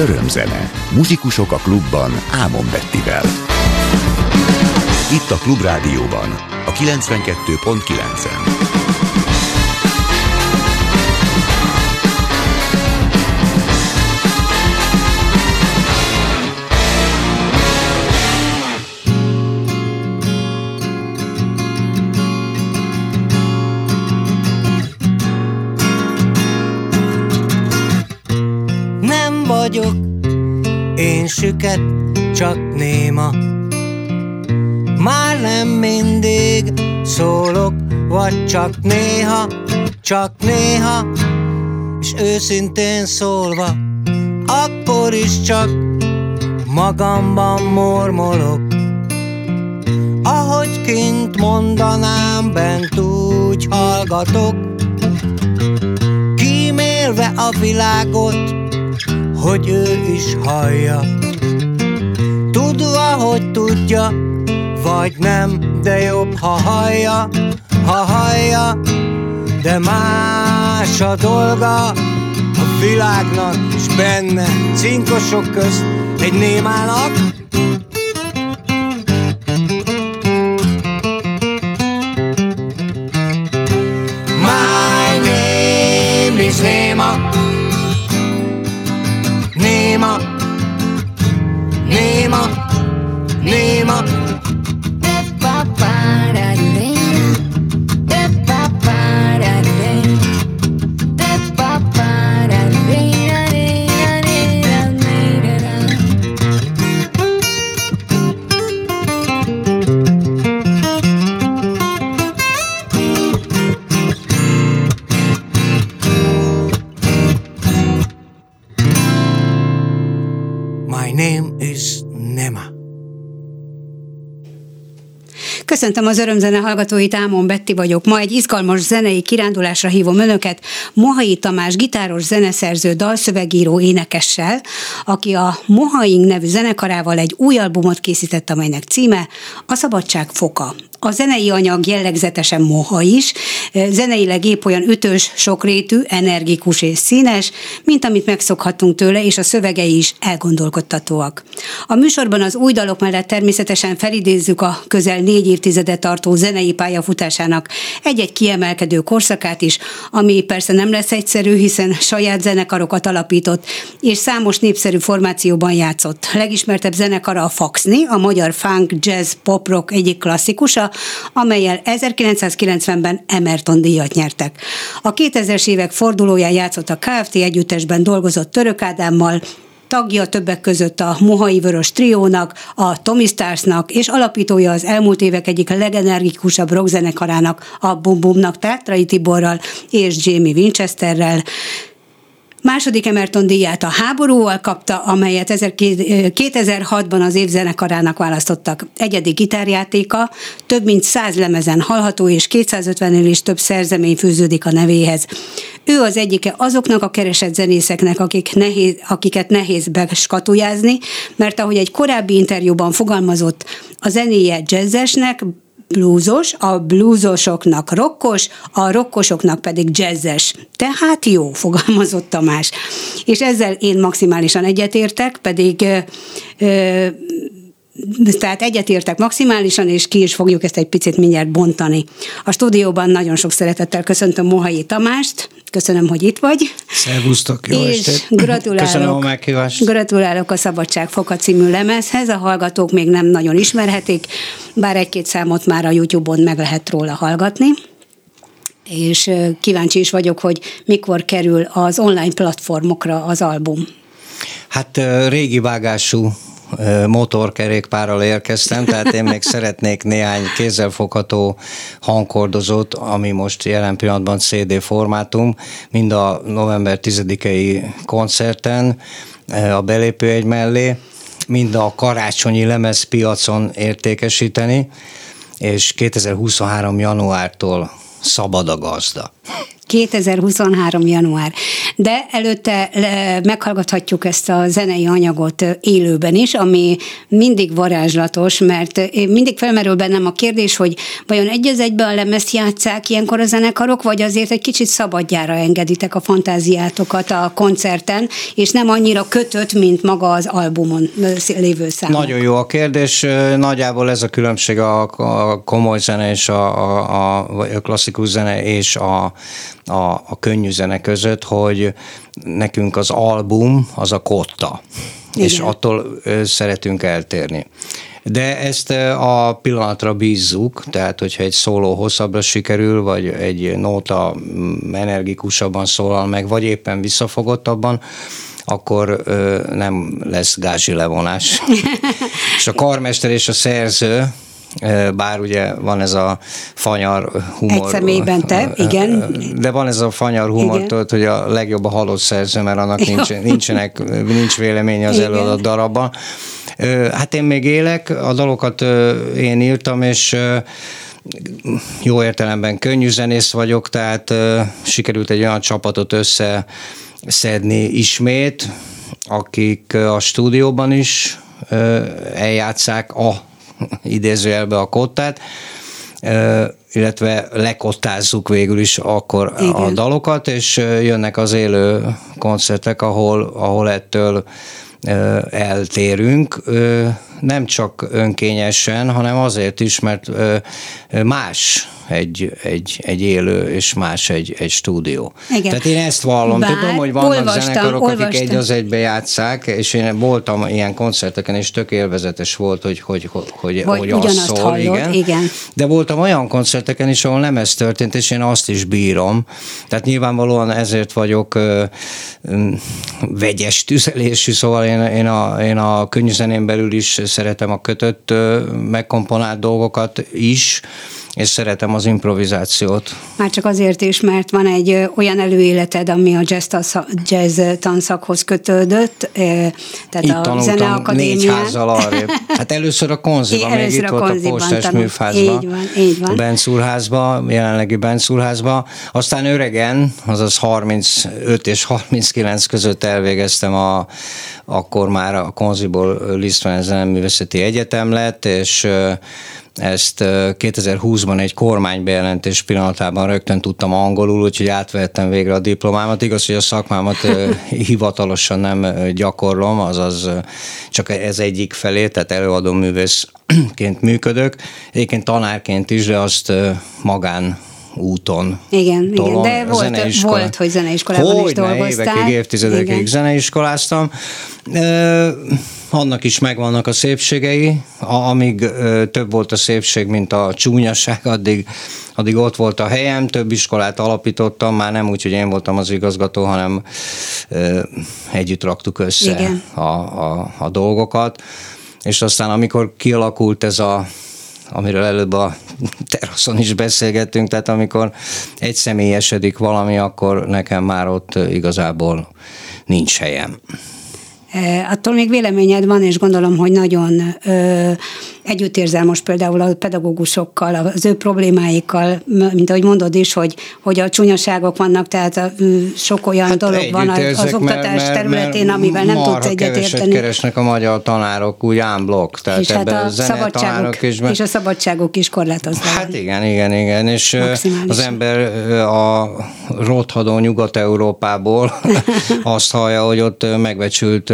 Örömzene. Muzsikusok a klubban Ámon Bettivel. Itt a Klubrádióban, a 92.9-en. Vagyok én süket, csak néma. Már nem mindig szólok, vagy csak néha, és őszintén szólva, akkor is csak magamban mormolok. Ahogy kint mondanám, bent úgy hallgatok, kímélve a világot, hogy ő is hallja. Tudva, hogy tudja, vagy nem, de jobb, ha hallja, de más a dolga a világnak, és benne cinkosok közt egy némának. My name is Néma. Néma. My name is Néma. Köszöntöm az Örömzene hallgatóit, Ámon Betti vagyok. Ma egy izgalmas zenei kirándulásra hívom önöket Mohai Tamás gitáros, zeneszerző, dalszövegíró, énekessel, aki a Mohaing nevű zenekarával egy új albumot készített, amelynek címe A Szabadság foka. A zenei anyag jellegzetesen moha is, zeneileg épp olyan ütős, sokrétű, energikus és színes, mint amit megszokhattunk tőle, és a szövegei is elgondolkodtatóak. A műsorban az új dalok mellett természetesen felidézzük a közel 4 évtizedet tartó zenei pályafutásának egy-egy kiemelkedő korszakát is, ami persze nem lesz egyszerű, hiszen saját zenekarokat alapított, és számos népszerű formációban játszott. Legismertebb zenekara a Faxni, a magyar funk, jazz, pop rock egyik klasszikusa, amellyel 1990-ben Emerton díjat nyertek. A 2000-es évek fordulóján játszott a Kft. Együttesben, dolgozott Török Ádámmal, tagja többek között a Mohai Vörös Triónak, a Tommy Starsnak, és alapítója az elmúlt évek egyik legenergikusabb rockzenekarának, a Bum Bumnak, Tátrai Tiborral és Jamie Winchesterrel. Második Emerton díját a Háborúval kapta, amelyet 2006-ban az év zenekarának választottak. Egyedi gitárjátéka, több mint 100 lemezen hallható, és 250-nél is több szerzemény fűződik a nevéhez. Ő az egyike azoknak a keresett zenészeknek, akiket nehéz beskatujázni, mert ahogy egy korábbi interjúban fogalmazott, a zenéje jazzesnek, bluesos, a bluesosoknak rokkos, a rokkosoknak pedig jazzes. Tehát jó, fogalmazott Tamás. És ezzel én maximálisan egyetértek, tehát egyetértek maximálisan, és ki is fogjuk ezt egy picit mindjárt bontani. A stúdióban nagyon sok szeretettel köszöntöm Mohai Tamást, köszönöm, hogy itt vagy. Szervusztok, jó estét. Köszönöm a meghívást. Gratulálok a Szabadság foka című lemezhez, a hallgatók még nem nagyon ismerhetik, bár egy-két számot már a YouTube-on meg lehet róla hallgatni. És kíváncsi is vagyok, hogy mikor kerül az online platformokra az album. Hát régi vágású motorkerékpárral érkeztem, tehát én még szeretnék néhány kézzelfogható hangkordozót, ami most jelen pillanatban CD formátum, mind a november 10-i koncerten a belépőjegy mellé, mind a karácsonyi lemezpiacon értékesíteni, és 2023. januártól szabad a gazda. 2023. január. de előtte meghallgathatjuk ezt a zenei anyagot élőben is, ami mindig varázslatos, mert mindig felmerül bennem a kérdés, hogy vajon egy az egyben a lemezt játsszák ilyenkor a zenekarok, vagy azért egy kicsit szabadjára engeditek a fantáziátokat a koncerten, és nem annyira kötött, mint maga az albumon lévő számok. Nagyon jó a kérdés. Nagyjából ez a különbség a komoly zene és a klasszikus zene és a könnyű zene között, hogy nekünk az album az a kotta, igen. És attól szeretünk eltérni. De ezt a pillanatra bízzuk, tehát hogyha egy szóló hosszabbra sikerül, vagy egy nóta energikusabban szólal meg, vagy éppen visszafogottabban, akkor nem lesz gázsi levonás. És a karmester és a szerző, bár ugye van ez a fanyar humor. Egy személyben te, igen. De van ez a fanyar humor, tudod, hogy a legjobb a halott szerző, mert annak nincs véleménye az előadott darabban. Hát én még élek, a dalokat én írtam, és jó értelemben könnyű zenész vagyok, tehát sikerült egy olyan csapatot összeszedni ismét, akik a stúdióban is eljátszák idézőjelbe a kottát, illetve lekottázzuk végül is akkor igen. A dalokat, és jönnek az élő koncertek, ahol ettől eltérünk, nem csak önkényesen, hanem azért is, mert más egy élő, és más egy stúdió. Igen. Tehát én ezt vallom. Tudom, hogy vannak zenekarok, akik egy az egybe játsszák, és én voltam ilyen koncerteken, és tök élvezetes volt, hogy az szól. Hallod, igen. De voltam olyan koncerteken is, ahol nem ez történt, és én azt is bírom. Tehát nyilvánvalóan ezért vagyok vegyes tüzelésű, szóval én a könnyű zenén belül is szeretem a kötött, megkomponált dolgokat is, és szeretem az improvizációt. Már csak azért is, mert van egy olyan előéleted, ami a jazz tanszakhoz kötődött, tehát itt a Zeneakadémián. 4 házzal arrébb. Hát először a Konziban, még itt volt a Postás Műfázban, a Benczúrházban, jelenlegi Benczúrházban. Aztán öregen, azaz 35 és 39 között elvégeztem akkor már a Konziból Liszt Ferenc Zeneművészeti Egyetem lett, és ezt 2020-ban egy kormánybejelentés pillanatában rögtön tudtam angolul, úgyhogy átvehettem végre a diplomámat. Igaz, hogy a szakmámat hivatalosan nem gyakorlom, azaz csak ez egyik felé, tehát előadó művészként működök. Egyébként tanárként is, de azt magán úton. Igen, de volt, hogy zeneiskolában is dolgoztál. Évekig, évtizedekig zeneiskoláztam. Annak is megvannak a szépségei, amíg több volt a szépség, mint a csúnyaság, addig ott volt a helyem, több iskolát alapítottam, már nem úgy, hogy én voltam az igazgató, hanem együtt raktuk össze a dolgokat, és aztán amikor kialakult ez amiről előbb a teraszon is beszélgettünk, tehát amikor egyszemelyesedik valami, akkor nekem már ott igazából nincs helyem. Attól még véleményed van, és gondolom, hogy nagyon együtt érzel most például a pedagógusokkal, az ő problémáikkal, mint ahogy mondod is, hogy a csúnyaságok vannak, tehát sok olyan dolog van az oktatás területén, amivel nem tudsz egyet érteni. Keresnek a magyar tanárok úgy ámblok, tehát és ebben hát a szabadságok és a szabadságok is korlátozva. Hát igen, és maximális. Az ember a rothadó Nyugat-Európából azt hallja, hogy ott megbecsült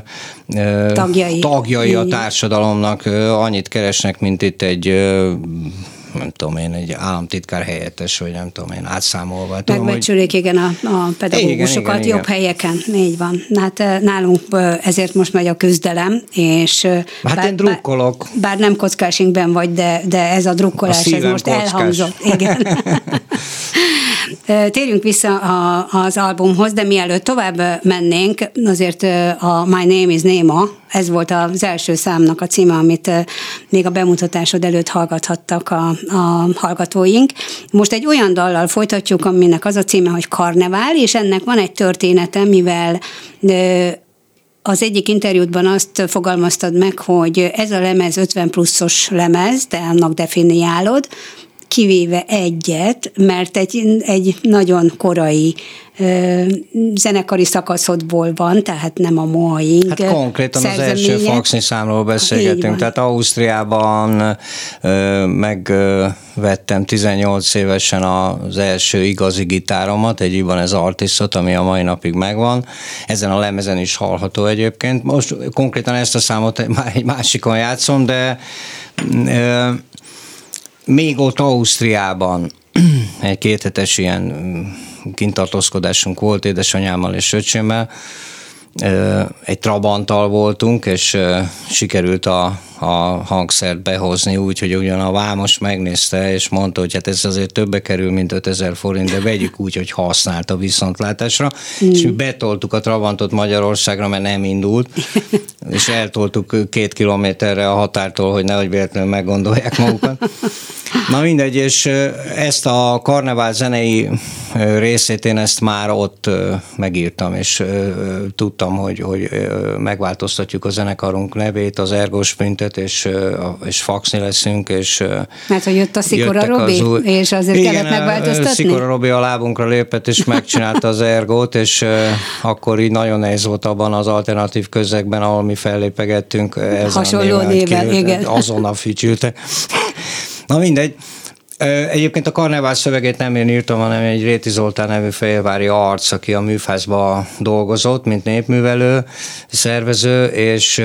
tagjai a társadalomnak annyit keresnek, mint itt egy nem tudom én, egy államtitkár helyettes, vagy nem tudom én, átszámolva. Megbecsülik, igen, a pedagógusokat igen. Jobb helyeken, így van. Hát nálunk ezért most megy a küzdelem, és hát én drukkolok. Bár nem kockásinkben vagy, de ez a drukkolás, ez most kockás. Elhangzott. Igen. Térjünk vissza az albumhoz, de mielőtt tovább mennénk, azért a My Name is Néma, ez volt az első számnak a címe, amit még a bemutatásod előtt hallgathattak a hallgatóink. Most egy olyan dallal folytatjuk, aminek az a címe, hogy Karnevál, és ennek van egy története, mivel az egyik interjútban azt fogalmaztad meg, hogy ez a lemez 50 pluszos lemez, te annak definiálod, kivéve egyet, mert egy nagyon korai zenekari szakaszodból van, tehát nem a Mohaing Hát konkrétan az első Faxni számról beszélgetünk, tehát Ausztriában megvettem 18 évesen az első igazi gitáromat, egy Ibanez Artistot, ami a mai napig megvan. Ezen a lemezen is hallható egyébként. Most konkrétan ezt a számot már egy másikon játszom, de még ott Ausztriában egy kéthetes ilyen kintartózkodásunk volt édesanyámmal és öcsémmel, egy Trabanttal voltunk, és sikerült a hangszert behozni úgy, hogy ugyan a vámos megnézte, és mondta, hogy hát ez azért többe kerül, mint 5000 forint, de vegyük úgy, hogy használt a viszontlátásra, és mi betoltuk a Trabantot Magyarországra, mert nem indult, és eltoltuk 2 kilométerre a határtól, hogy nehogy véletlenül meggondolják magukat. Na mindegy, és ezt a karnevál zenei részét én ezt már ott megírtam, és tudtam, hogy megváltoztatjuk a zenekarunk nevét, az Ergo Sprintet, és Faxni leszünk, és mert hogy jött a Szikora Robi, és azért kellett megváltoztatni? Szikora Robi a lábunkra lépett, és megcsinálta az Ergót, és akkor így nagyon nehéz volt abban az alternatív közegben, ahol mi fellépegettünk. Hasonló néven, igen. Azonnal fütyültek. Na mindegy. Egyébként a karnevál szövegét nem én írtam, hanem egy Réti Zoltán nevű fehérvári arc, aki a műfázban dolgozott, mint népművelő, szervező, és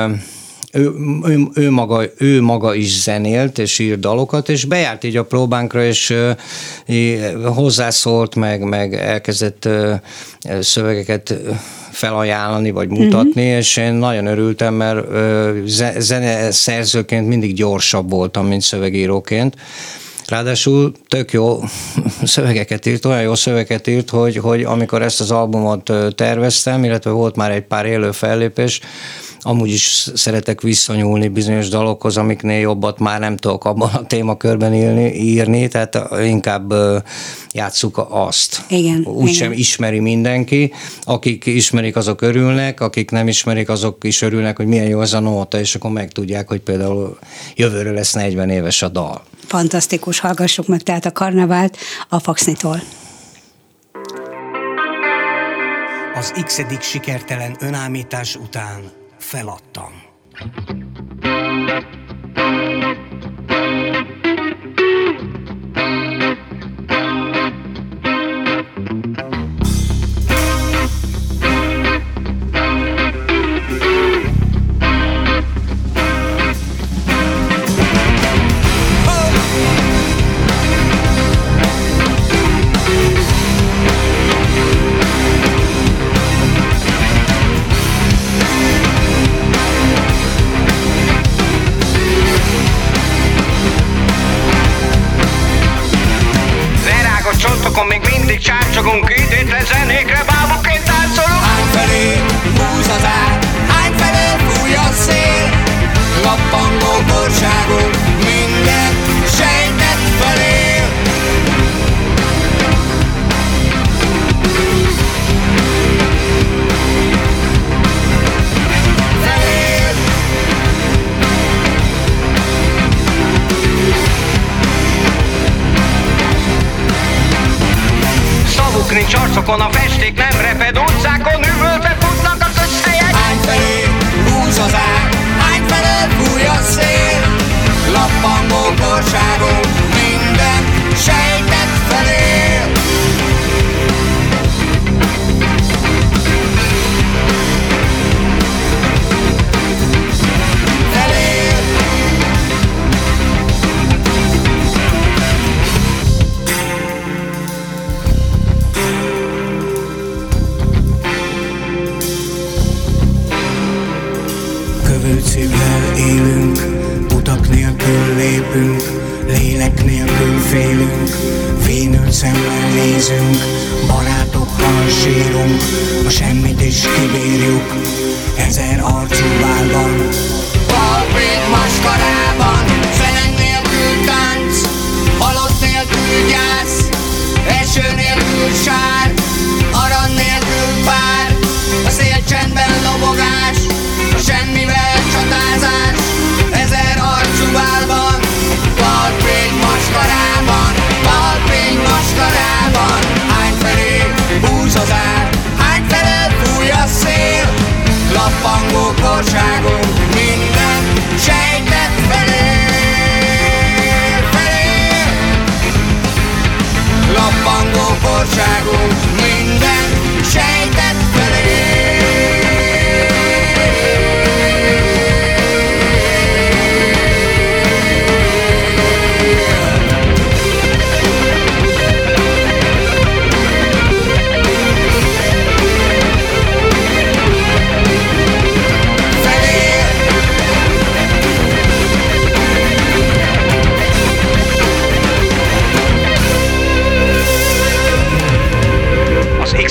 ő maga is zenélt, és írt dalokat, és bejárt így a próbánkra, és hozzászólt, meg elkezdett szövegeket felajánlani, vagy mutatni, és én nagyon örültem, mert zeneszerzőként mindig gyorsabb voltam, mint szövegíróként. Ráadásul tök jó szövegeket írt, olyan jó szövegeket írt, hogy amikor ezt az albumot terveztem, illetve volt már egy pár élő fellépés, amúgy is szeretek visszanyúlni bizonyos dalokhoz, amiknél jobbat már nem tudok abban a témakörben írni, tehát inkább játsszuk azt. Igen. Úgysem ismeri mindenki. Akik ismerik, azok örülnek, akik nem ismerik, azok is örülnek, hogy milyen jó ez a nóta, és akkor megtudják, hogy például jövőre lesz 40 éves a dal. Fantasztikus, hallgassuk meg tehát a karnevált a Faxnitól. Az x-edik sikertelen önállítás után feladtam. Csontokon még mindig csámcsogunk, idétlen zenékre bábuként táncolunk. Hány felé húz az ár, hány felé fúj a szél, lappangó korságunk minden sejtett felél. Felél. Szavuk nincs arcokon, a festék nem reped, utcákon üvöltve futnak a közhelyek. Hány felé húz az ár, hány felé fúj a szél, lappangó korságunk minden sejtett felél. Felél. Kövőcívvel élünk, utak nélkül lépünk, lélek nélkül félünk, fénült szemmel nézünk, barátokkal sírunk, a semmit is kibírjuk, 1000 arcú válban. Palpét maskarában, feneg nélkül tánc, halott nélkül gyász, eső nélkül sár, arany nélkül pár, a szélcsendben lobogás, a semmivel csatázás, 1000 arcú válban, palpét maskarában.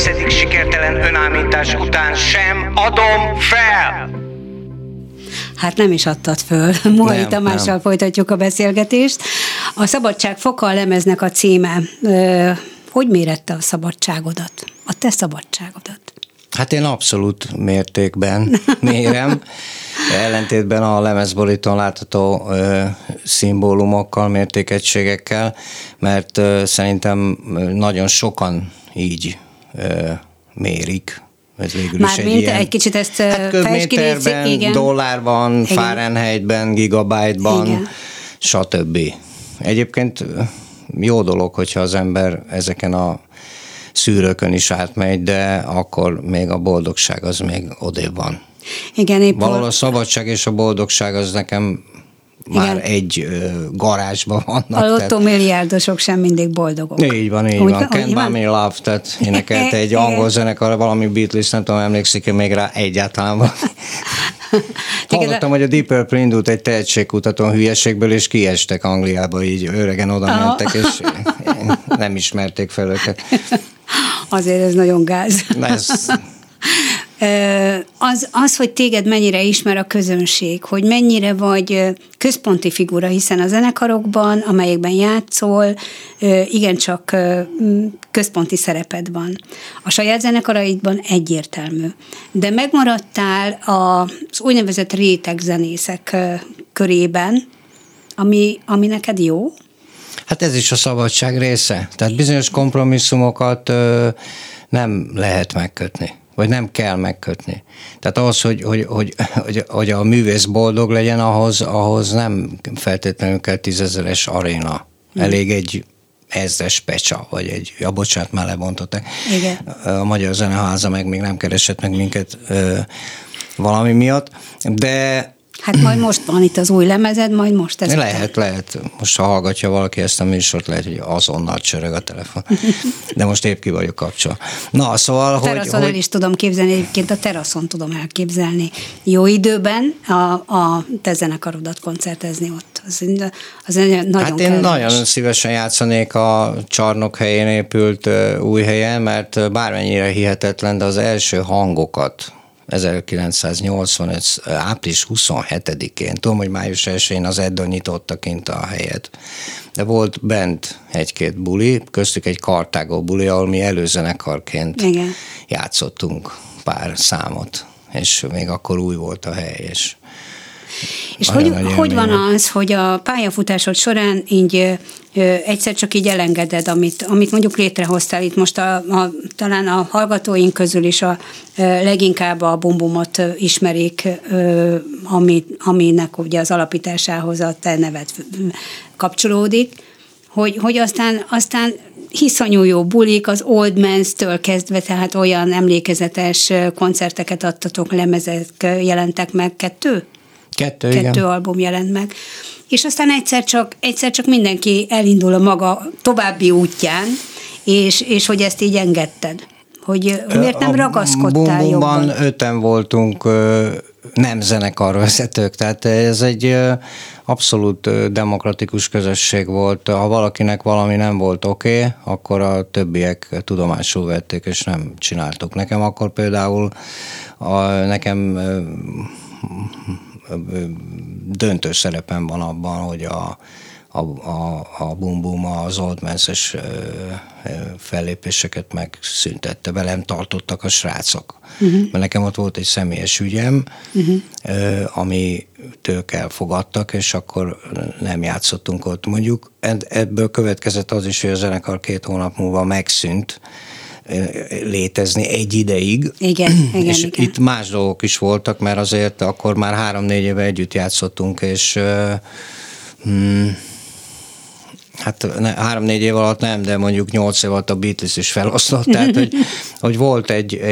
9. sikertelen önállítás után sem adom fel! Hát nem is adtad föl. Mohay Tamással folytatjuk a beszélgetést. A Szabadság foka a lemeznek a címe. Hogy mérette a szabadságodat? A te szabadságodat? Hát én abszolút mértékben mérem, ellentétben a lemezborítón látható szimbólumokkal, mértékegységekkel, mert szerintem nagyon sokan így mérik. Ez végül mármint is egy kicsit ezt köbméterben, igen. Dollárban, igen. Fahrenheitben, gigabyte-ban, igen. Stb. Egyébként jó dolog, hogyha az ember ezeken a szűrőkön is átmegy, de akkor még a boldogság az még odébb van. Igen, valahol a szabadság és a boldogság az nekem már egy garázsban vannak. A lottómilliárdosok sem mindig boldogok. Így van. Can't Buy Me Love, tehát énekelte egy angol zenekar, valami Beatles, nem tudom, emlékszik még rá egyáltalán. Hallottam, hogy a Deep Purple indult egy tehetségkutatón hülyeségből, és kiestek Angliába, így öregen oda mentek, és nem ismerték fel őket. Azért ez nagyon gáz. Az, hogy téged mennyire ismer a közönség, hogy mennyire vagy központi figura, hiszen a zenekarokban, amelyekben játszol, igencsak központi szereped van. A saját zenekaraidban egyértelmű. De megmaradtál az úgynevezett rétegzenészek körében, ami neked jó? Hát ez is a szabadság része. Tehát bizonyos kompromisszumokat nem lehet megkötni. Vagy nem kell megkötni. Tehát ahhoz, hogy a művész boldog legyen, ahhoz nem feltétlenül kell 10 000-es aréna. Elég egy 1000-es pecsa, vagy bocsánat, már lebontották. Igen. A Magyar Zeneháza meg még nem keresett meg minket valami miatt, de hát majd most van itt az új lemezed, majd most ez. Lehet. Most ha hallgatja valaki ezt a műsort, lehet, hogy azonnal csörög a telefon. De most épp ki vagyok kapcsolva. Na, szóval, a teraszon el is tudom képzelni, egyébként a teraszon tudom elképzelni. Jó időben a te zenekarodat koncertezni ott. Az nagyon hát én nagyon szívesen játszanék a Csarnok helyén épült új helyen, mert bármennyire hihetetlen, de az első hangokat 1985. április 27-én, tudom, hogy május 1-én az Edda nyitotta kint a helyet, de volt bent egy-két buli, köztük egy Kartágó buli, ahol mi előzenekarként játszottunk pár számot, és még akkor új volt a hely, és hogy van az, hogy a pályafutásod során így egyszer csak így elengeded, amit mondjuk létrehoztál itt most talán a hallgatóink közül is leginkább a Bum Bumot ismerik, aminek ugye az alapításához a te neved kapcsolódik, hogy aztán hiszonyú jó bulik, az Old Man's-től kezdve, tehát olyan emlékezetes koncerteket adtatok, lemezek jelentek meg, kettő album jelent meg. És aztán egyszer csak mindenki elindul a maga további útján, és hogy ezt így engedted. Hogy miért nem ragaszkodtál jobban? 5-en voltunk nem zenekarvezetők, tehát ez egy abszolút demokratikus közösség volt. Ha valakinek valami nem volt oké, akkor a többiek tudomásul vették, és nem csináltuk. Nekem akkor például döntő szerepem van abban, hogy a Bum Bum az Old Man's-es fellépéseket megszüntette. Velem tartottak a srácok. Mert nekem ott volt egy személyes ügyem, ami tők elfogadtak, és akkor nem játszottunk ott. Mondjuk ebből következett az is, hogy a zenekar 2 hónap múlva megszűnt létezni egy ideig. Igen. Itt más dolgok is voltak, mert azért akkor már 3-4 éve együtt játszottunk, és hát 3-4 év alatt nem, de mondjuk 8 év alatt a Beatles is felosztott, tehát hogy volt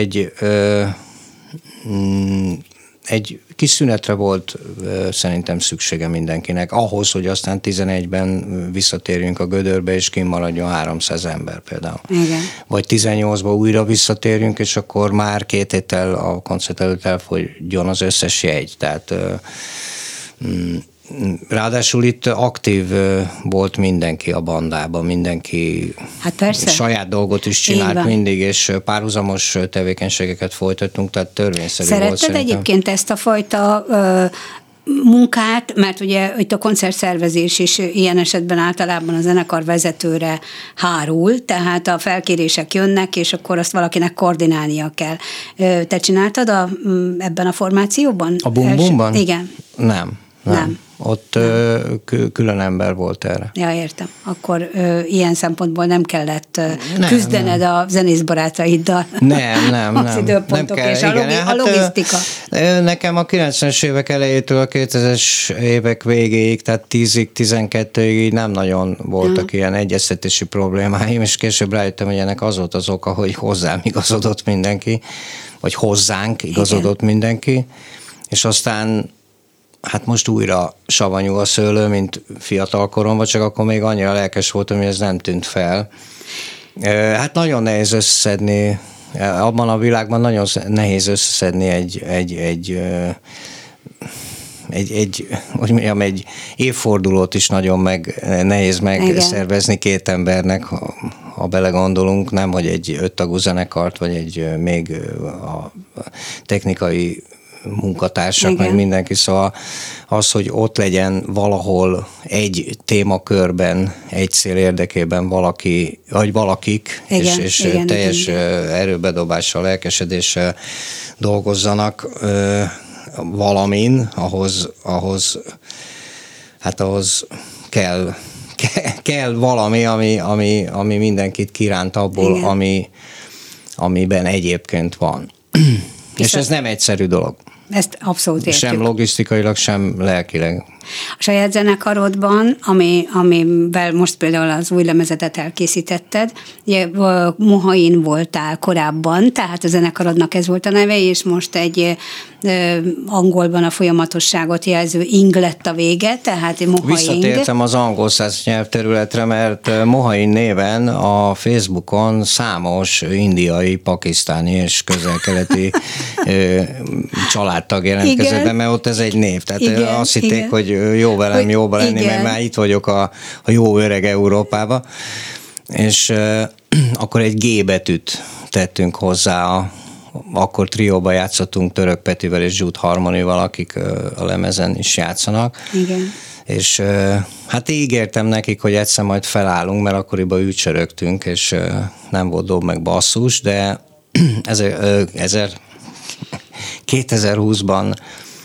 egy kis szünetre volt szerintem szüksége mindenkinek, ahhoz, hogy aztán 11-ben visszatérjünk a Gödörbe, és kimaradjon 300 ember például. Igen. Vagy 18-ban újra visszatérjünk, és akkor már 2 héttel a koncert előtt elfogyjon az összes jegy. Tehát ráadásul itt aktív volt mindenki a bandában, mindenki saját dolgot is csinált mindig, és párhuzamos tevékenységeket folytattunk, tehát törvényszerű volt szerintem. Szeretted egyébként ezt a fajta munkát, mert ugye itt a koncertszervezés is ilyen esetben általában a zenekar vezetőre hárul, tehát a felkérések jönnek, és akkor azt valakinek koordinálnia kell. Te csináltad ebben a formációban? A Bum Bumban? Igen. Nem. Ott külön ember volt erre. Ja, értem. Akkor ilyen szempontból nem kellett küzdened a zenészbarátaiddal. Nem. Az időpontok nem kell, és a logisztika. Nekem a 90-es évek elejétől a 2000-es évek végéig, tehát 10-ig, 12-ig nem nagyon voltak ilyen egyeztetési problémáim, és később rájöttem, hogy ennek az volt az oka, hogy hozzám igazodott mindenki, vagy hozzánk igazodott mindenki, és aztán hát most újra savanyú a szőlő, mint fiatal koromban, csak akkor még annyira lelkes voltam, hogy ez nem tűnt fel. Hát nagyon nehéz összeszedni, abban a világban nagyon nehéz összeszedni egy évfordulót is nagyon nehéz megszervezni két embernek, ha belegondolunk, nem, hogy egy 5 tagú zenekart, vagy egy még a technikai munkatársak, meg mindenki, szóval az, hogy ott legyen valahol egy témakörben, egy cél érdekében valaki, vagy valakik, és teljes erőbedobással, lelkesedéssel dolgozzanak valamin, ahhoz kell valami, ami mindenkit kiránt abból, amiben egyébként van. És ez nem egyszerű dolog. Ezt abszolút értjük. Sem logisztikailag, sem lelkileg. A saját zenekarodban, amivel most például az új lemezetet elkészítetted, ugye Mohain voltál korábban, tehát a zenekarodnak ez volt a neve, és most egy angolban a folyamatosságot jelző ing lett a vége, tehát Mohain. Visszatértem az angol száz nyelvterületre, mert Mohain néven a Facebookon számos indiai, pakisztáni és közel-keleti családtag jelentkezett be, mert ott ez egy név. Tehát azt hitték, hogy jó velem, jóba lenni, mert már itt vagyok a jó öreg Európába. És akkor egy G betűt tettünk hozzá, akkor trióba játszottunk Török Petivel és Jude Harmonival, akik a lemezen is játszanak. Igen. És hát ígértem nekik, hogy egyszer majd felállunk, mert akkoriban ücsörögtünk, és nem volt dob meg basszus, de 2020-ban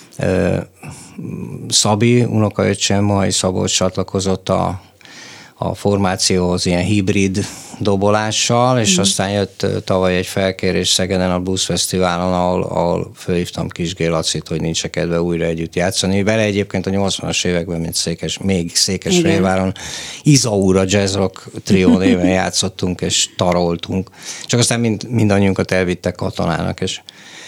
Szabi, unokaöcsém, Mohai Szabolcs csatlakozott a formációhoz ilyen hibrid dobolással, és aztán jött tavaly egy felkérés Szegeden a Blues Fesztiválon, ahol fölhívtam Kisgé Lacit, hogy nincs kedve újra együtt játszani. Vele egyébként a 80-as években, mint Székesfehérváron Izaura Jazz Rock trió néven játszottunk, és taroltunk. Csak aztán mindannyiunkat elvittek katonának, és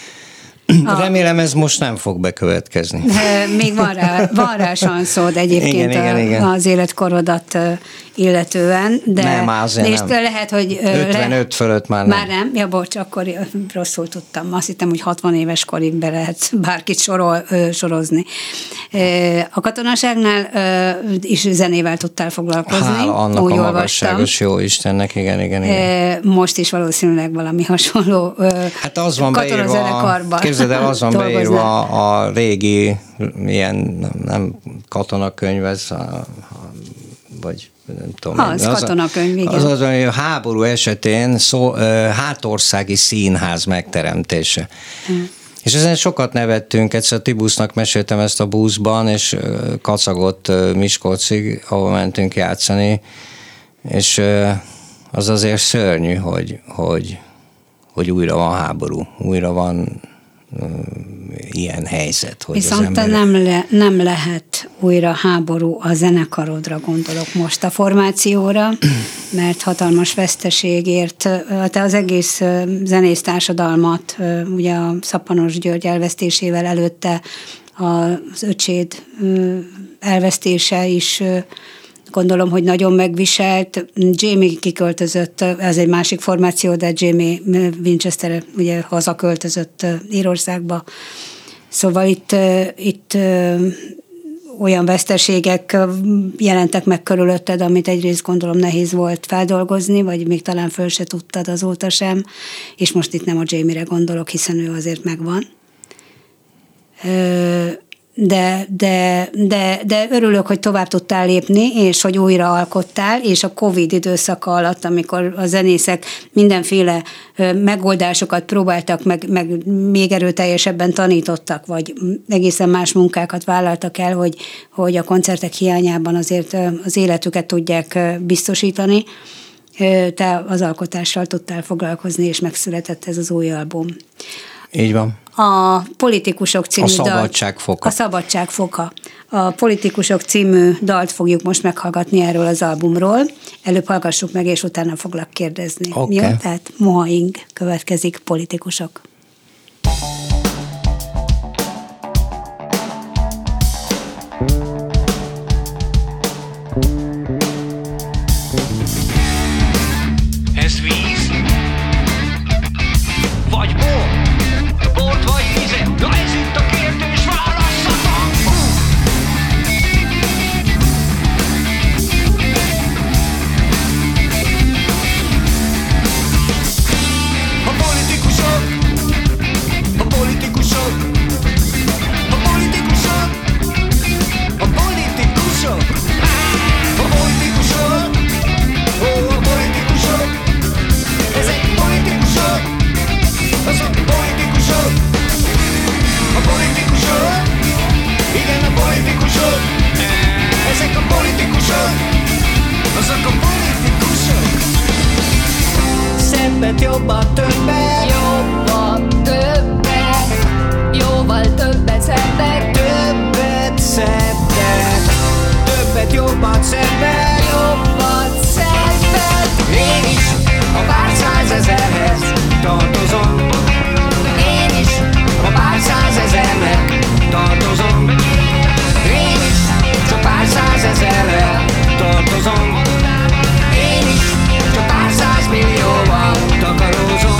remélem ez most nem fog bekövetkezni. Még van rá sanszod egyébként igen. Az életkorodat illetően, de nem, azért nem. Lehet, hogy 55 fölött már nem. Már nem? Ja, bocs, akkor rosszul tudtam. Azt hittem, hogy 60 éves korig be lehet bárkit sorozni. A katonaságnál is zenével tudtál foglalkozni. Hála annak úgy a magasságos jó Istennek, igen. Most is valószínűleg valami hasonló hát az van katonazenekarban. Képzeld el, az van beírva a régi ilyen nem katonakönyv, ez vagy nem tudom. Az katonakönyv, igen. Az, hogy a háború esetén hátországi színház megteremtése. És ezen sokat nevettünk, egyszer Tibusznak meséltem ezt a buszban, és kacagott Miskolcig, ahol mentünk játszani, és az azért szörnyű, hogy újra van háború, újra van ilyen helyzet. Hogy viszont nem lehet újra háború a zenekarodra, gondolok most a formációra, mert hatalmas veszteségért te az egész zenész társadalmat, ugye a Szappanos György elvesztésével előtte az öcséd elvesztése is gondolom, hogy nagyon megviselt. Jamie kiköltözött, ez egy másik formáció, de Jamie Winchester ugye hazaköltözött Írországba. Szóval itt olyan veszteségek jelentek meg körülötted, amit egyrészt gondolom nehéz volt feldolgozni, vagy még talán föl se tudtad azóta sem, és most itt nem a Jamie-re gondolok, hiszen ő azért megvan. De örülök, hogy tovább tudtál lépni, és hogy újra alkottál, és a Covid időszaka alatt, amikor a zenészek mindenféle megoldásokat próbáltak, meg még erőteljesebben tanítottak, vagy egészen más munkákat vállaltak el, hogy a koncertek hiányában azért az életüket tudják biztosítani. Te az alkotással tudtál foglalkozni, és megszületett ez az új album. Így van. A Politikusok című A Szabadság foka. A Szabadság foka. A Politikusok című dalt fogjuk most meghallgatni erről az albumról. Előbb hallgassuk meg, és utána foglak kérdezni. Okay. Jó? Tehát Moha Ing következik, Politikusok. Ez víz? Vagy bor? Bort vagy vizet? Na ez itt a kérdés, válasszatok! A politikusok, a politikusok, a politikusok, a politikusok, a politikusok, ó, a politikusok, ezek politikusok, azok politikusok, a politikusok, igen a politikusok, ezek a politikusok, azok a politikusok. Szebbet, jobban, többet, Jobban, többet, jóval többet, szebbet, többet, szebbet, többet, jobban, szebbet, jobban, szebbet. én is a pár százezerhez tartozom. Én is a pár százezernek tartozom. Én is csak pár százezerrel tartozom. Én is csak pár százmillióval takarózom.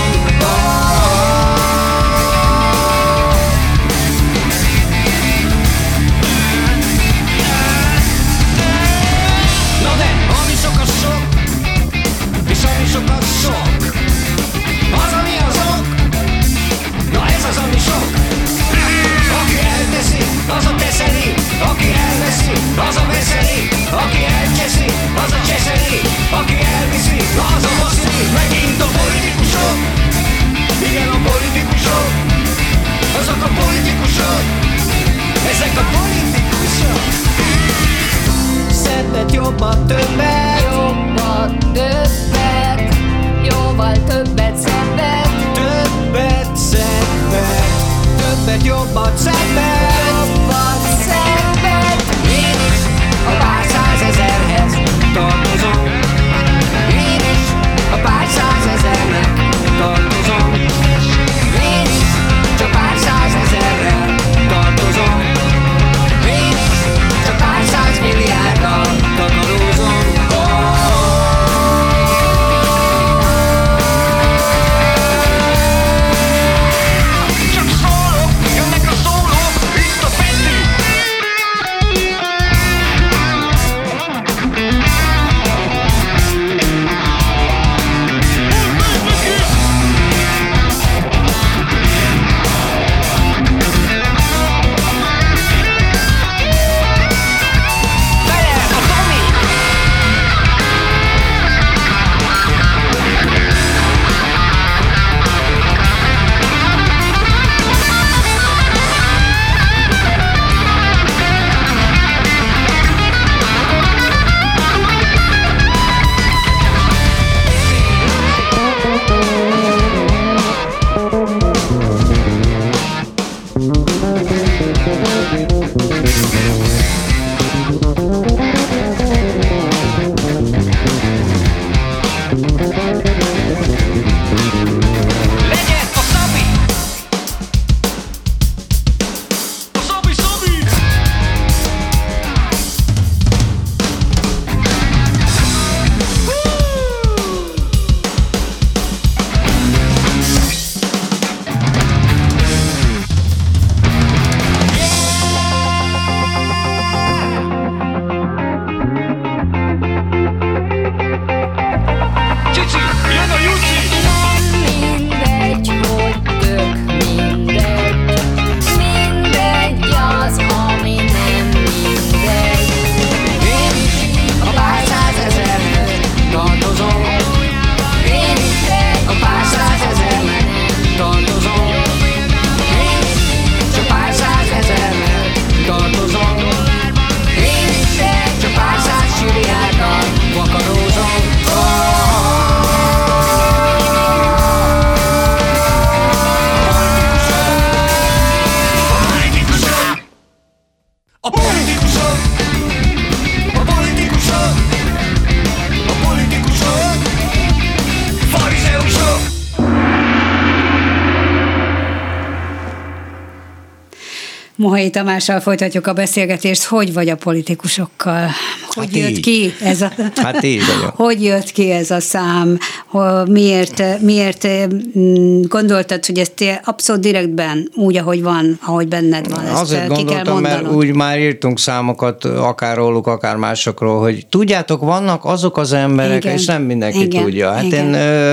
Mohai Tamással folytatjuk a beszélgetést. Hogy vagy a politikusokkal? Hogy jött ki ez a... Hát így vagyok. Hogy jött ki ez a szám? Miért gondoltad, hogy ezt abszolút direktben, úgy, ahogy van, ahogy benned van, ezt azért ki kell mondanod? mert úgy már írtunk számokat, akár róluk, akár másokról, hogy tudjátok, vannak azok az emberek, igen, és nem mindenki tudja. Hát igen.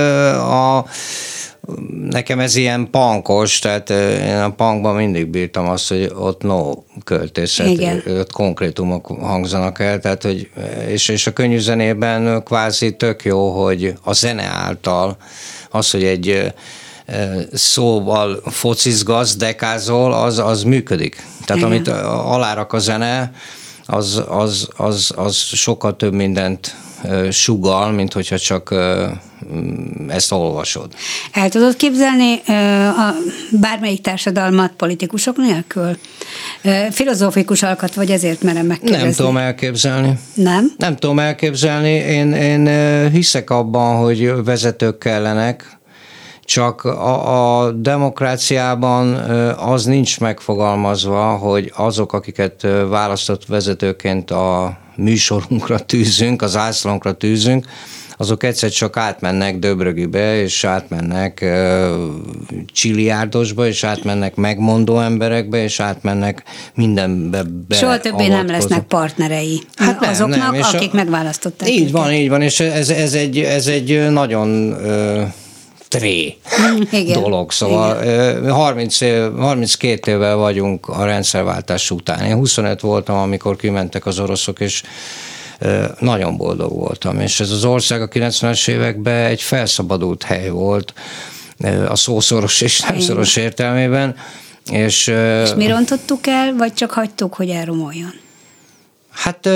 Nekem ez ilyen punkos, tehát én a punkban mindig bírtam azt, hogy ott no költészet, ott konkrétumok hangzanak el, tehát hogy, és a könnyű zenében kvázi tök jó, hogy a zene által az, hogy egy szóval focizgatsz, dekázol, az működik. Tehát igen, amit alárak a zene, az sokkal több mindent sugall, mint hogyha csak ezt olvasod. El tudod képzelni bármelyik társadalmat politikusok nélkül? Filozófikus alkat vagy, ezért merem megkérdezni. Nem tudom elképzelni. Nem? Nem tudom elképzelni. Én hiszek abban, hogy vezetők kellenek, csak a demokráciában az nincs megfogalmazva, hogy azok, akiket választott vezetőként a műsorunkra tűzünk, az zászlónkra tűzünk, azok egyszer csak átmennek Döbrögibe, és átmennek Csiliárdosba, és átmennek megmondó emberekbe, és átmennek mindenbe. Soha többé nem lesznek partnerei azoknak, nem, akik megválasztották. Így van, és ez egy nagyon dolog. Szóval 32 évvel vagyunk a rendszerváltás után. Én 25 voltam, amikor kimentek az oroszok, és nagyon boldog voltam. És ez az ország a 90-es években egy felszabadult hely volt, a szószoros és nem szoros értelmében. És mi rontottuk el, vagy csak hagytuk, hogy elromoljon? Hát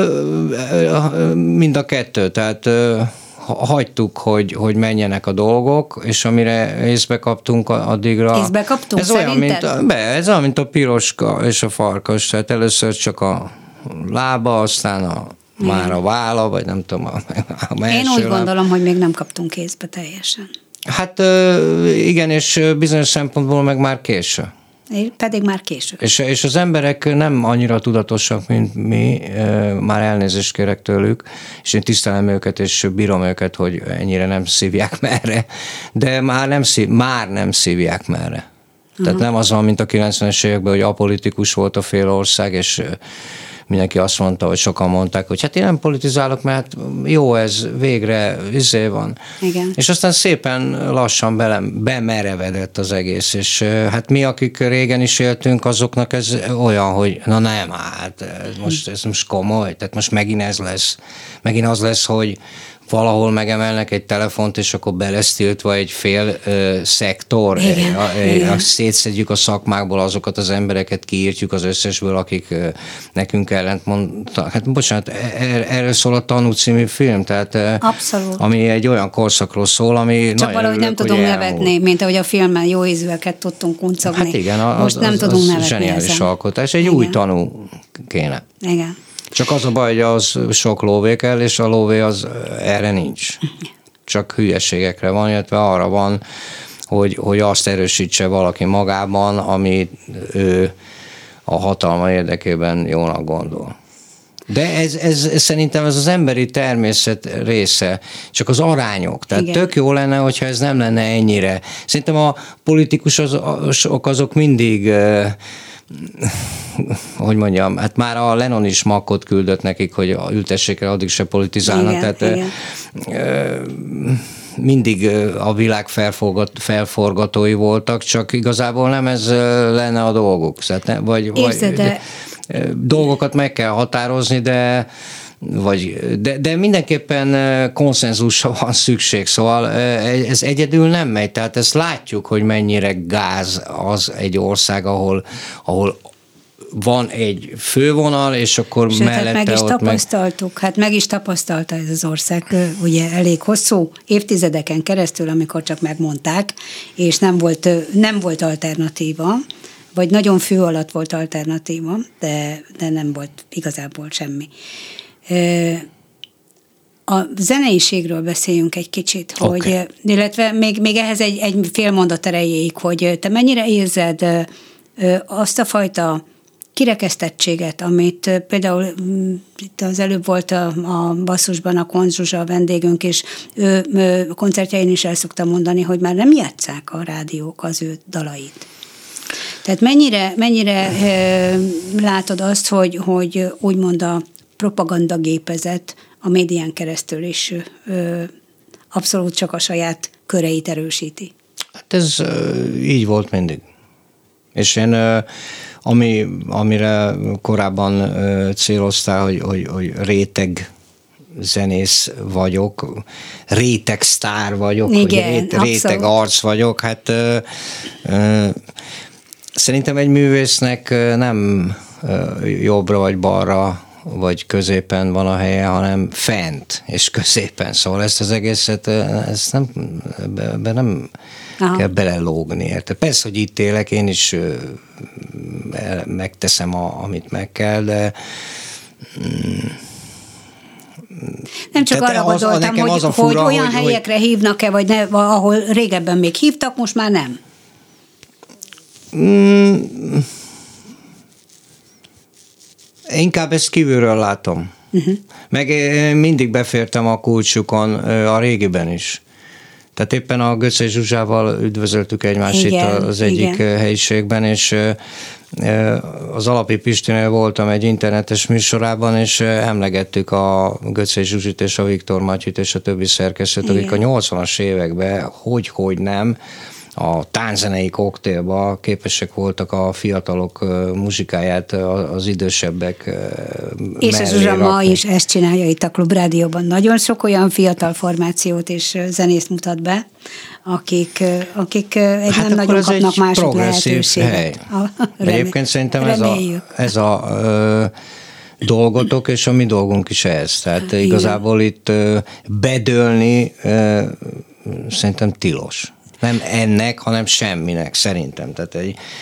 mind a kettő, tehát hagytuk, hogy menjenek a dolgok, és amire észbe kaptunk addigra... Észbe kaptunk, ez olyan, mint a piroska és a farkas, tehát először csak a lába, aztán már a válla, vagy nem tudom, a én úgy gondolom, hogy még nem kaptunk észbe teljesen. Hát igen, és bizonyos szempontból meg már késő. Pedig már késő. És az emberek nem annyira tudatosak, mint mi, már elnézést kérek tőlük, és én tisztelem őket, és bírom őket, hogy ennyire nem szívják merre, de már nem szívják merre. Tehát nem az van, mint a 90-es években, hogy apolitikus volt a fél ország, és mindenki azt mondta, hogy sokan mondták, hogy hát én nem politizálok, mert jó ez, végre van. Igen. És aztán szépen lassan bemerevedett az egész, és hát mi, akik régen is éltünk, azoknak ez olyan, hogy na nem, hát ez most komoly, tehát most megint ez lesz. Megint az lesz, hogy valahol megemelnek egy telefont, és akkor be lesz tiltva egy fél szektor. Igen. Szétszedjük a szakmákból azokat az embereket, kiírtjuk az összesből, akik nekünk ellent mondtak. Hát bocsánat, erről szól a Tanú című film, tehát abszolút. Ami egy olyan korszakról szól, ami csak valahogy nem tudunk nevetni, mint ahogy a filmben jó ízűeket tudtunk kuncogni. Hát igen, most nem tudunk nevetni zseniális ezen. Alkotás, egy új Tanú kéne. Igen. Csak az a baj, hogy az sok lóvé kell, és a lóvé az erre nincs. Csak hülyeségekre van, illetve arra van, hogy azt erősítse valaki magában, ami ő a hatalma érdekében jónak gondol. De ez szerintem ez az emberi természet része, csak az arányok. Tehát igen, tök jó lenne, hogyha ez nem lenne ennyire. Szerintem a politikusok azok mindig... hogy mondjam, hát már a Lennon is makkot küldött nekik, hogy ültessék el, addig se politizálnak. Igen, tehát mindig a világ felforgatói voltak, csak igazából nem ez lenne a dolguk. Vagy dolgokat meg kell határozni, de mindenképpen konszenzusra van szükség, szóval ez egyedül nem megy, tehát ezt látjuk, hogy mennyire gáz az egy ország, ahol van egy fővonal, és akkor mellette meg is tapasztaltuk, meg is tapasztalta ez az ország ugye elég hosszú évtizedeken keresztül, amikor csak megmondták, és nem volt alternatíva, vagy nagyon fő alatt volt alternatíva, de nem volt igazából semmi. A zeneiségről beszéljünk egy kicsit, illetve még ehhez egy fél mondat erejéig, hogy te mennyire érzed azt a fajta kirekesztettséget, amit például itt az előbb volt a basszusban a Konz Zsuzsa a vendégünk, és ő koncertjein is el szokta mondani, hogy már nem játsszák a rádiók az ő dalait. Tehát mennyire látod azt, hogy úgymond a propagandagépezet a médián keresztül is abszolút csak a saját köreit erősíti? Hát ez így volt mindig. És én, amire korábban céloztál, hogy réteg zenész vagyok, réteg sztár vagyok, igen, hogy réteg arc vagyok, hát szerintem egy művésznek nem jobbra vagy balra vagy középen van a helye, hanem fent és középen. Szóval ezt az egészet, nem kell belelógni, érte. Persze, hogy itt élek, én is megteszem, amit meg kell, de nem csak arra gondoltam, hogy olyan helyekre hívnak-e, vagy ne, ahol régebben még hívtak, most már nem. Inkább ezt kívülről látom. Meg mindig befértem a kulcsukon, a régiben is. Tehát éppen a Göcsei Zsuzsával üdvözöltük egymást itt az egyik helyiségben, és az Alapi Pistinél voltam egy internetes műsorában, és emlegettük a Göcsei Zsuzsit és a Viktor Matyit és a többi szerkesztőt, akik a 80-as években, hogy nem, a tánzenei koktélba képesek voltak a fiatalok muzsikáját az idősebbek és a Zsuzsa ma is ezt csinálja itt a Klubrádióban. Nagyon sok olyan fiatal formációt és zenészt mutat be, akik nem nagyon kapnak másik lehetőséget. Egyébként szerintem ez a dolgotok, és a mi dolgunk is ez. Tehát igazából itt bedőlni szerintem tilos. Nem ennek, hanem semminek, szerintem. Tehát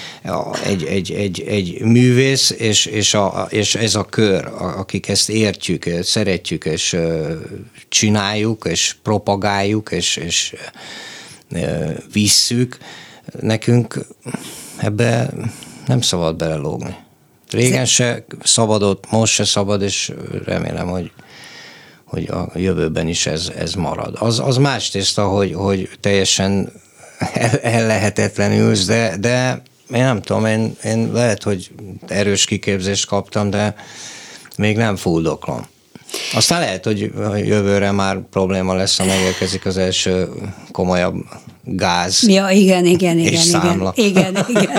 egy művész, és ez a kör, akik ezt értjük, szeretjük, és csináljuk, és propagáljuk, és visszük, nekünk ebbe nem szabad belelógni. Régen se szabadott, most se szabad, és remélem, hogy a jövőben is ez marad. Az más tészta, hogy teljesen ellehetetlenülsz, de én nem tudom, én lehet, hogy erős kiképzést kaptam, de még nem fuldoklom. Aztán lehet, hogy jövőre már probléma lesz, ha megérkezik az első komolyabb gáz. Ja, igen. Számla. Igen.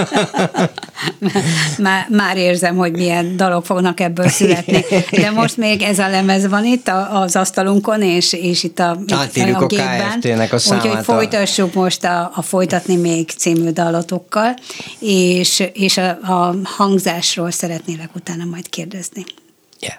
Már érzem, hogy milyen dalok fognak ebből születni. De most még ez a lemez van itt az asztalunkon, és itt a gépben. KFT-nek a számát. Úgyhogy folytassuk most a Folytatni még című dalotokkal, és a hangzásról szeretnélek utána majd kérdezni. Yeah.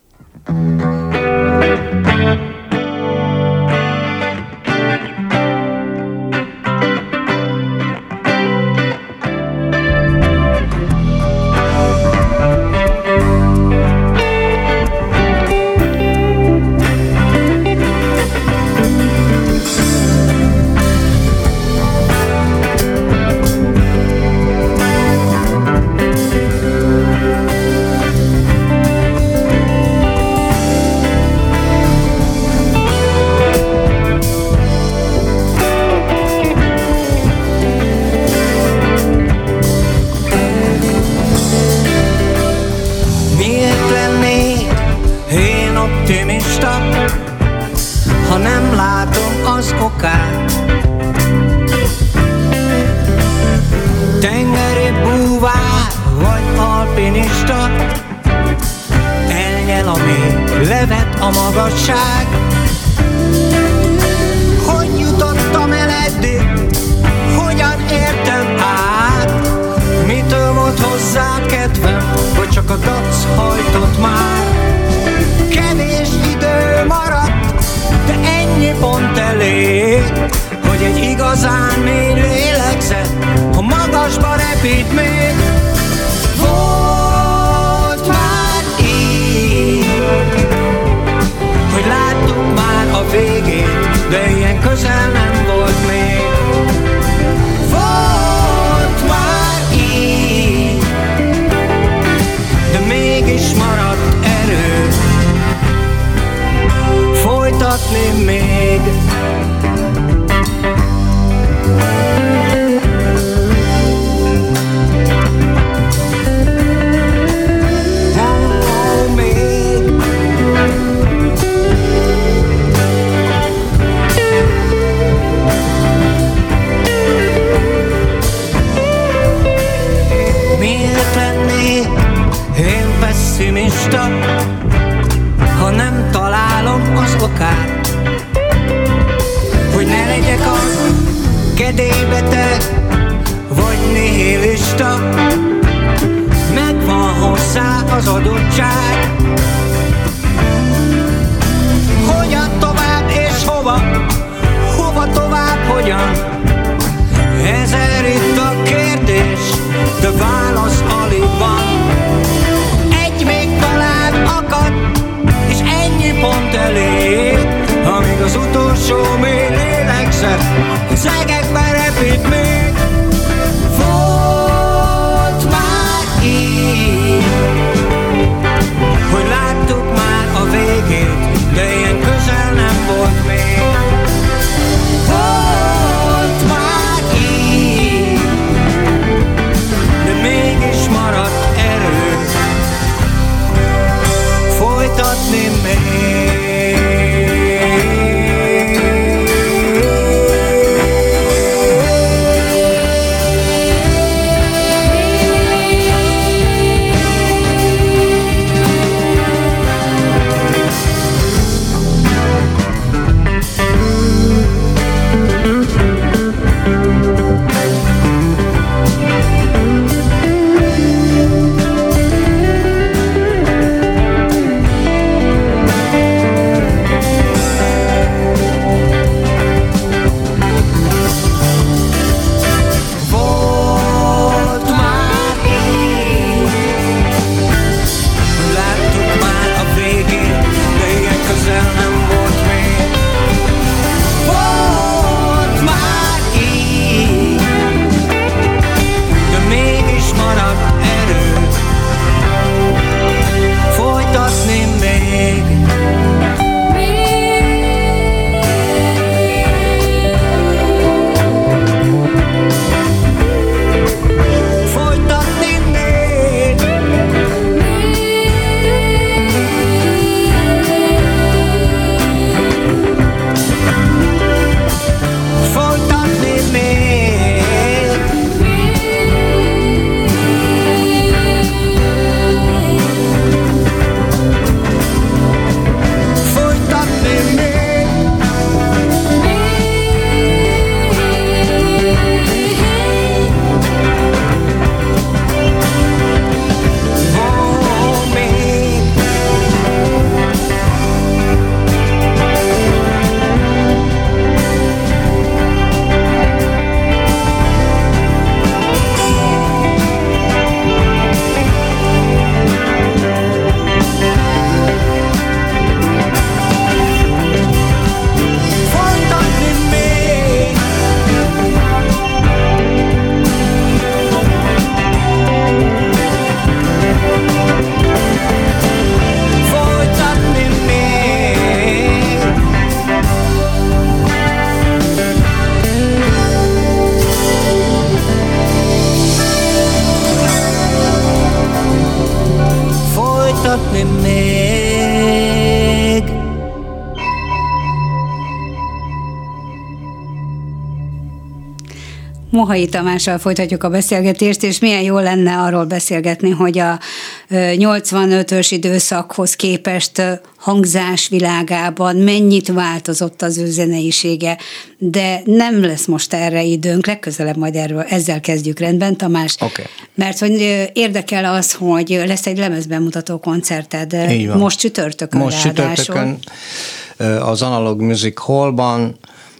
Ha nem látom az okát, tengeri búvár vagy alpinista, elnyel a mély, levet a magasság. Hogy jutottam el eddig, hogyan értem át, mitől volt hozzá kedvem, vagy csak a dac hajtott már. Kevés idő maradt, de ennyi pont elég, hogy egy igazán mély lélegzet, ha magasba repít még. Volt már így, hogy láttuk már a végét, de ilyen közel nem volt még. Volt már így, nihilista, ha nem találom az okát, hogy ne legyek az kedélybeteg vagy nihilista. Megvan hozzá az adottság. Hogyan tovább és hova? Hova tovább, hogyan? Ezer itt a kérdés, de válasz alig van. Egy még talán akad, és ennyi pont elég, amíg az utolsó mély lélegzet az egekben repít még. Volt már így, hogy láttuk már a végét, de ilyen közel nem volt még. Volt már így, de mégis maradt erő folytatni még. Mohai Tamással folytatjuk a beszélgetést, és milyen jó lenne arról beszélgetni, hogy a 85-ös időszakhoz képest hangzás világában mennyit változott az ő zeneisége, de nem lesz most erre időnk, legközelebb majd ezzel kezdjük, rendben, Tamás? Okay. Mert hogy érdekel az, hogy lesz egy lemezbemutató koncerted most csütörtökön. Most csütörtökön az Analog Music Hallban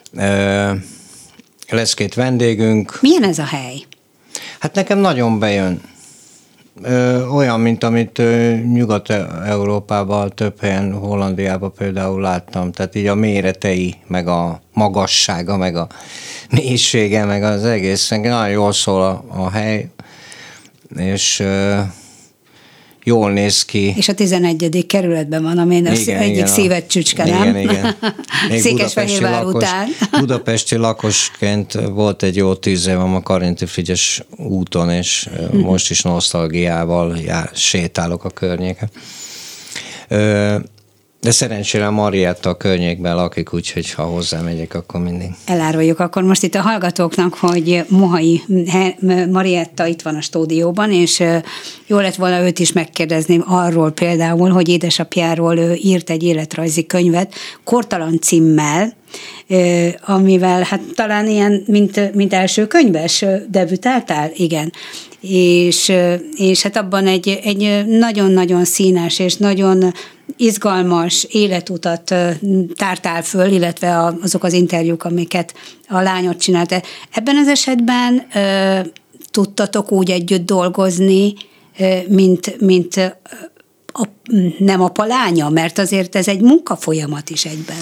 lesz 2 vendégünk. Milyen ez a hely? Hát nekem nagyon bejön. Olyan, mint amit Nyugat-Európában, több helyen, Hollandiában például láttam. Tehát így a méretei, meg a magassága, meg a mélysége, meg az egész. Nagyon jól szól a hely, és jól néz ki. És a 11. kerületben van, ami egyik szívet csücske, nem? Igen. Székesfehérvár után. Budapesti lakosként volt egy jó 10 évem a Karinti Frigyes úton, és most is nosztalgiával sétálok a környéken. De szerencsére Marietta a környékben lakik, úgyhogy ha hozzámegyek, akkor mindig. Eláruljuk akkor most itt a hallgatóknak, hogy Mohai Marietta itt van a stúdióban, és jó lett volna őt is megkérdezni arról például, hogy édesapjáról ő írt egy életrajzi könyvet, Kortalan címmel, amivel hát talán ilyen, mint első könyves debütáltál, igen. És hát abban egy nagyon-nagyon színes és nagyon izgalmas életutat tártál föl, illetve azok az interjúk, amiket a lányod csinált. Ebben az esetben tudtatok úgy együtt dolgozni, mint nem apa lánya, mert azért ez egy munkafolyamat is egyben.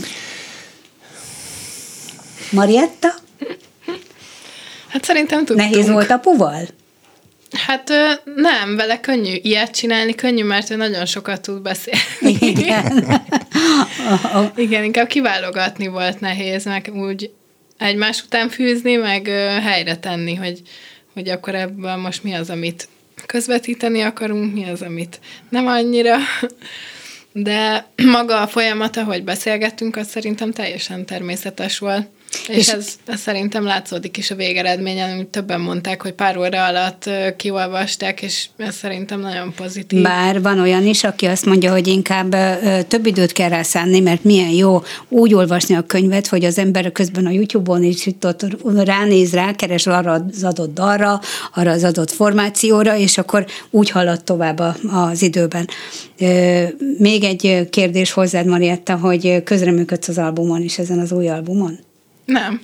Marietta? Hát szerintem tudtunk. Nehéz volt apuval? Hát nem, vele könnyű ilyet csinálni, könnyű, mert ő nagyon sokat tud beszélni. Igen. Igen, inkább kiválogatni volt nehéz, meg úgy egymás után fűzni, meg helyre tenni, hogy akkor ebben most mi az, amit közvetíteni akarunk, mi az, amit nem annyira. De maga a folyamat, ahogy beszélgettünk, az szerintem teljesen természetes volt. És ez szerintem látszódik is a végeredményen, amit többen mondták, hogy pár óra alatt kiolvasták, és ez szerintem nagyon pozitív. Bár van olyan is, aki azt mondja, hogy inkább több időt kell rá szánni, mert milyen jó úgy olvasni a könyvet, hogy az ember közben a YouTube-on is ott ránéz, rákeres arra az adott dalra, arra az adott formációra, és akkor úgy halad tovább az időben. Még egy kérdés hozzád, Marietta, hogy közreműködsz az albumon is, ezen az új albumon? Nem.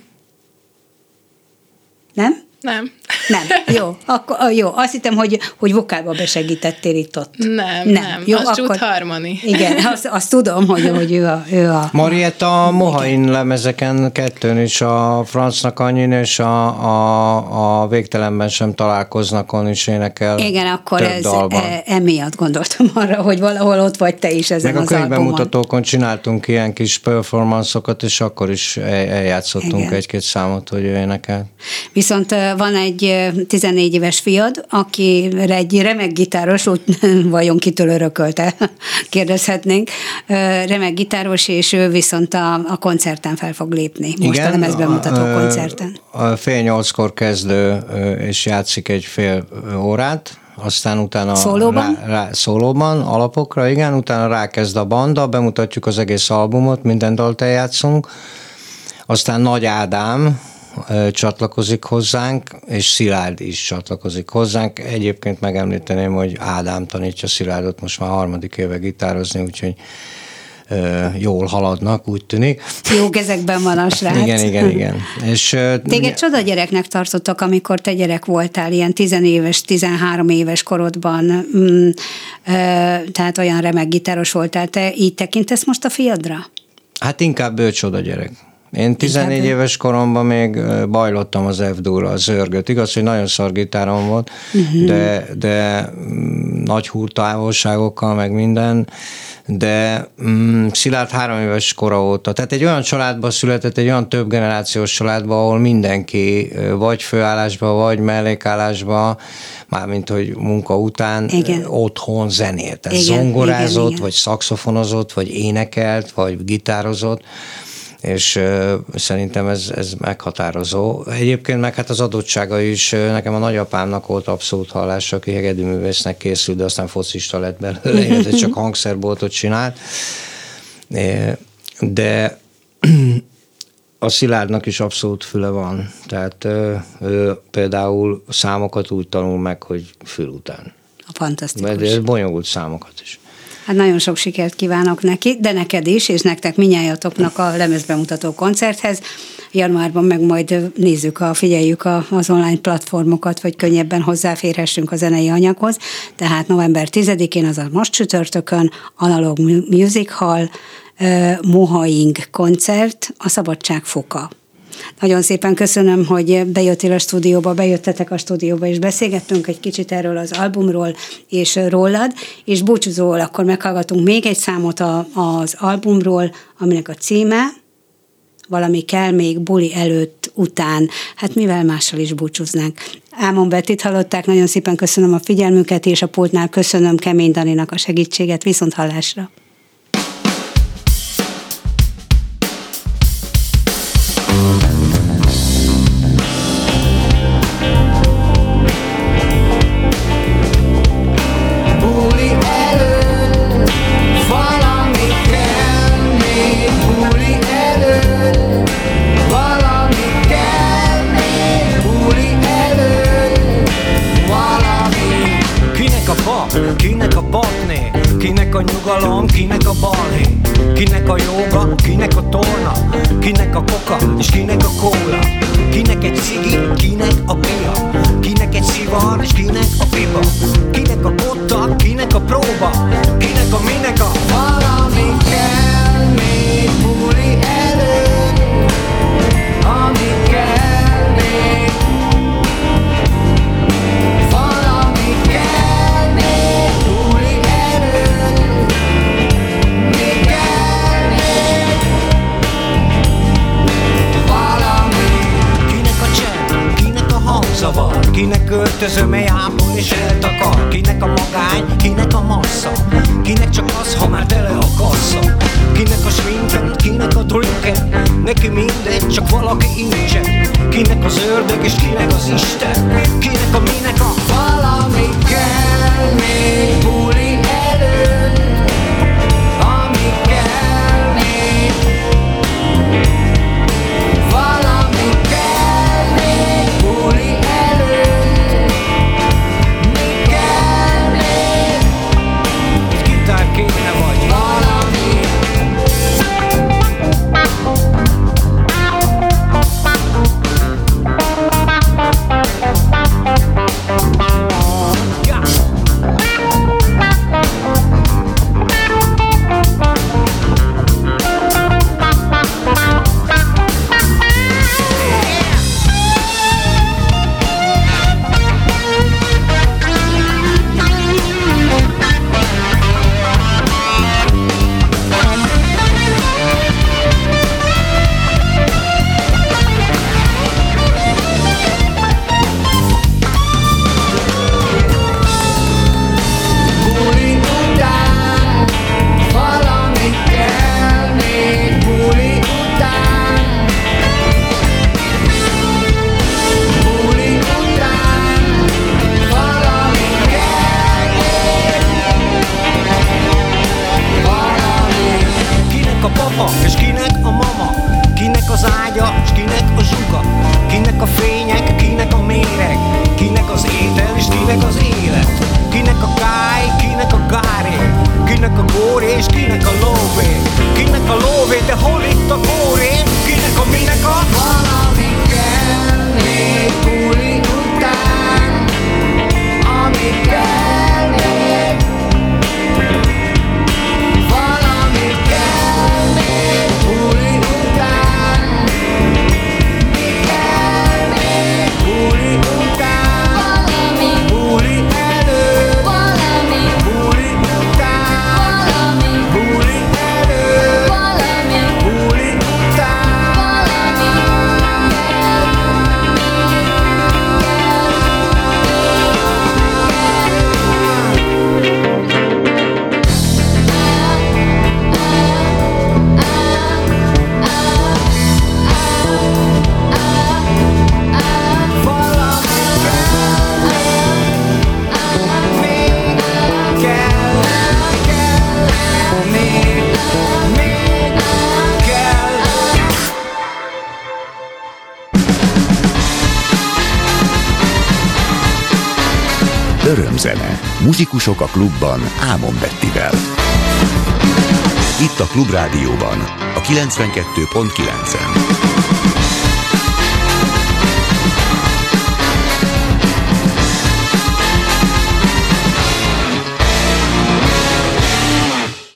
Nem? Nem. Nem. Jó. Akkor, jó. Azt hittem, hogy vokálba besegítettél itt-ott. Nem. Jó, az akkor... Jude Harmony. Igen, azt tudom, hogy ő a... Marietta a Mohain lemezeken kettőn is, a Francnak annyin és a Végtelenben sem találkoznak, is énekel. Igen, akkor ez emiatt gondoltam arra, hogy valahol ott vagy te is ezen meg az albumon. Meg a könyvbemutatókon csináltunk ilyen kis performancokat, és akkor is eljátszottunk egy-két számot, hogy ő énekel. Viszont van egy 14 éves fiad, aki egy remek gitáros, úgy vajon kitől örökölte, kérdezhetnénk, remek gitáros, és ő viszont a koncerten fel fog lépni. Most a lemezbemutató koncerten. 7:30 kezdő, és játszik egy fél órát, aztán utána szólóban, alapokra, igen, utána rákezd a banda, bemutatjuk az egész albumot, minden dalt eljátszunk, aztán Nagy Ádám csatlakozik hozzánk, és Szilárd is csatlakozik hozzánk. Egyébként megemlíteném, hogy Ádám tanítja Szilárdot most már 3. éve gitározni, úgyhogy jól haladnak, úgy tűnik. Jó kezekben van a srác. Igen. És, téged csodagyereknek tartottak, amikor te gyerek voltál, ilyen 10 éves, 13 éves korodban, tehát olyan remek gitáros voltál. Te így tekintesz most a fiadra? Hát inkább ő csodagyerek. Én 14 éves koromban még bajlottam az F-dúra, az zörgöt. Igaz, hogy nagyon szar gitárom volt, de nagy húrtávolságokkal, meg minden, de Szilárd 3 éves kora óta. Tehát egy olyan családban született, egy olyan több generációs családban, ahol mindenki vagy főállásban, vagy mellékállásban, mármint hogy munka után otthon zenélt. Tehát zongorázott, igen. Vagy szaxofonozott, vagy énekelt, vagy gitározott, és szerintem ez meghatározó. Egyébként meg hát az adottsága is, nekem a nagyapámnak volt abszolút hallása, aki hegedűművésznek készült, de aztán focista lett belőle, illetve csak hangszerboltot csinált. De a Szilárdnak is abszolút füle van. Tehát ő például számokat úgy tanul meg, hogy fül után. Fantasztikus. De bonyolult számokat is. Hát nagyon sok sikert kívánok neki, de neked is, és nektek mindnyájatoknak a lemezbemutató koncerthez. Januárban meg majd nézzük, figyeljük az online platformokat, hogy könnyebben hozzáférhessünk a zenei anyaghoz. Tehát november 10-én, azaz most csütörtökön, Analog Music Hall, Mohaing koncert, a Szabadság foka. Nagyon szépen köszönöm, hogy bejöttél a stúdióba, bejöttetek a stúdióba, és beszélgettünk egy kicsit erről az albumról és rólad, és búcsúzóul akkor meghallgatunk még egy számot az albumról, aminek a címe Valami kell még buli előtt, után. Hát mivel mással is búcsúznánk. Ámon Bettit hallották, nagyon szépen köszönöm a figyelmüket, és a pultnál köszönöm Kemény Daninak a segítséget, viszont hallásra. nyugalom, kinek a balhé, kinek a jóga, kinek a torna, kinek a koka és kinek a kóla, kinek egy cigi, kinek a pia, kinek egy szivar és kinek a pipa, kinek a kotta, kinek a próba, kinek a minek a valami kell még buli előtt, ami kell még, valami kell még buli előtt, mi kell még, valami. Kinek a csend, kinek a hangzavar, kinek költöző, mely ápol és eltakar, kinek a magány, kinek a massza, kinek csak az, ha már tele a kassa, kinek a sminken, kinek a drinken, neki mindegy, csak valaki incsen, kinek az ördög és kinek az Isten, kinek a minek a valami kell még buli előtt, ami kell még, valami kell még buli előtt, mi kell még, egy gitár kéne vagy valami. És kinek a mama, kinek az ágya, és kinek a zsuga, kinek a fények, kinek a méreg, kinek az étel, és kinek az élet, kinek a káj, kinek a gáré, kinek a góré, és kinek a lóvé, kinek a lóvé, de hol itt a góré, kinek a minek a valami kell még buli után, ami kell még, valami kell még buli után, mi kell még buli után, valami buli előtt, valami buli után, valami buli előtt, valami buli után, Örömzene. Muzsikusok a klubban Ámon Bettivel. Itt a Klubrádióban, a 92.9-en.